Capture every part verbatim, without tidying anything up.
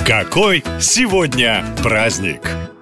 Какой сегодня праздник?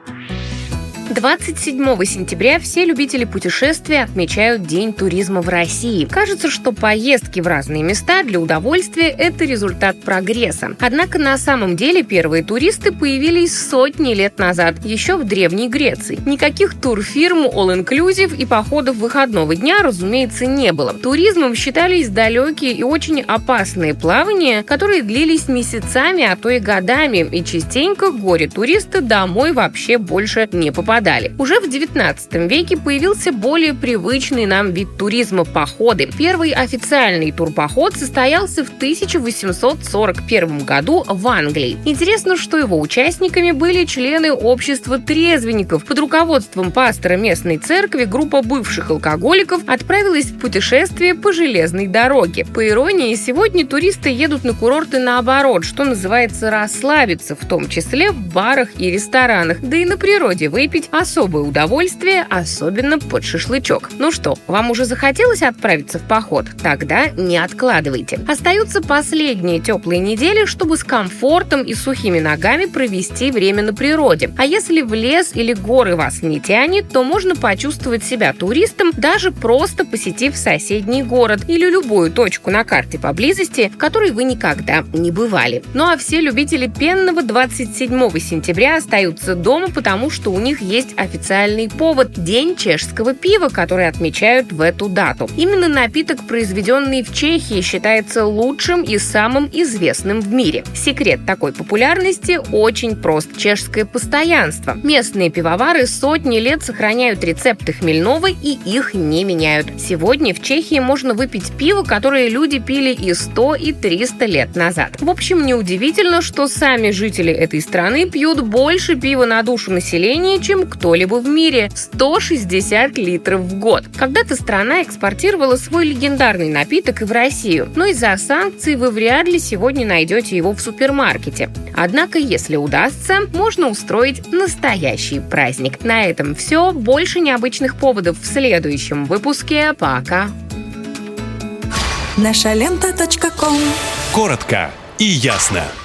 двадцать седьмого сентября все любители путешествия отмечают День туризма в России. Кажется, что поездки в разные места для удовольствия – это результат прогресса. Однако на самом деле первые туристы появились сотни лет назад, еще в Древней Греции. Никаких турфирм, all-inclusive и походов выходного дня, разумеется, не было. Туризмом считались далекие и очень опасные плавания, которые длились месяцами, а то и годами, и частенько горе-туристы домой вообще больше не попадали. Уже в девятнадцатом веке появился более привычный нам вид туризма – походы. Первый официальный турпоход состоялся в тысяча восемьсот сорок первом году в Англии. Интересно, что его участниками были члены общества трезвенников. Под руководством пастора местной церкви группа бывших алкоголиков отправилась в путешествие по железной дороге. По иронии, сегодня туристы едут на курорты наоборот, что называется расслабиться, в том числе в барах и ресторанах, да и на природе выпить особое удовольствие, особенно под шашлычок. Ну что, вам уже захотелось отправиться в поход? Тогда не откладывайте. Остаются последние теплые недели, чтобы с комфортом и сухими ногами провести время на природе. А если в лес или горы вас не тянет, то можно почувствовать себя туристом, даже просто посетив соседний город или любую точку на карте поблизости, в которой вы никогда не бывали. Ну а все любители пенного двадцать седьмого сентября остаются дома, потому что у них есть официальный повод – День чешского пива, который отмечают в эту дату. Именно напиток, произведенный в Чехии, считается лучшим и самым известным в мире. Секрет такой популярности очень прост – чешское постоянство. Местные пивовары сотни лет сохраняют рецепты хмельного и их не меняют. Сегодня в Чехии можно выпить пиво, которое люди пили и сто, и триста лет назад. В общем, неудивительно, что сами жители этой страны пьют больше пива на душу населения, чем кто-либо в мире – сто шестьдесят литров в год. Когда-то страна экспортировала свой легендарный напиток и в Россию, но из-за санкций вы вряд ли сегодня найдете его в супермаркете. Однако, если удастся, можно устроить настоящий праздник. На этом все. Больше необычных поводов в следующем выпуске. Пока! наша лента точка ком. Коротко и ясно.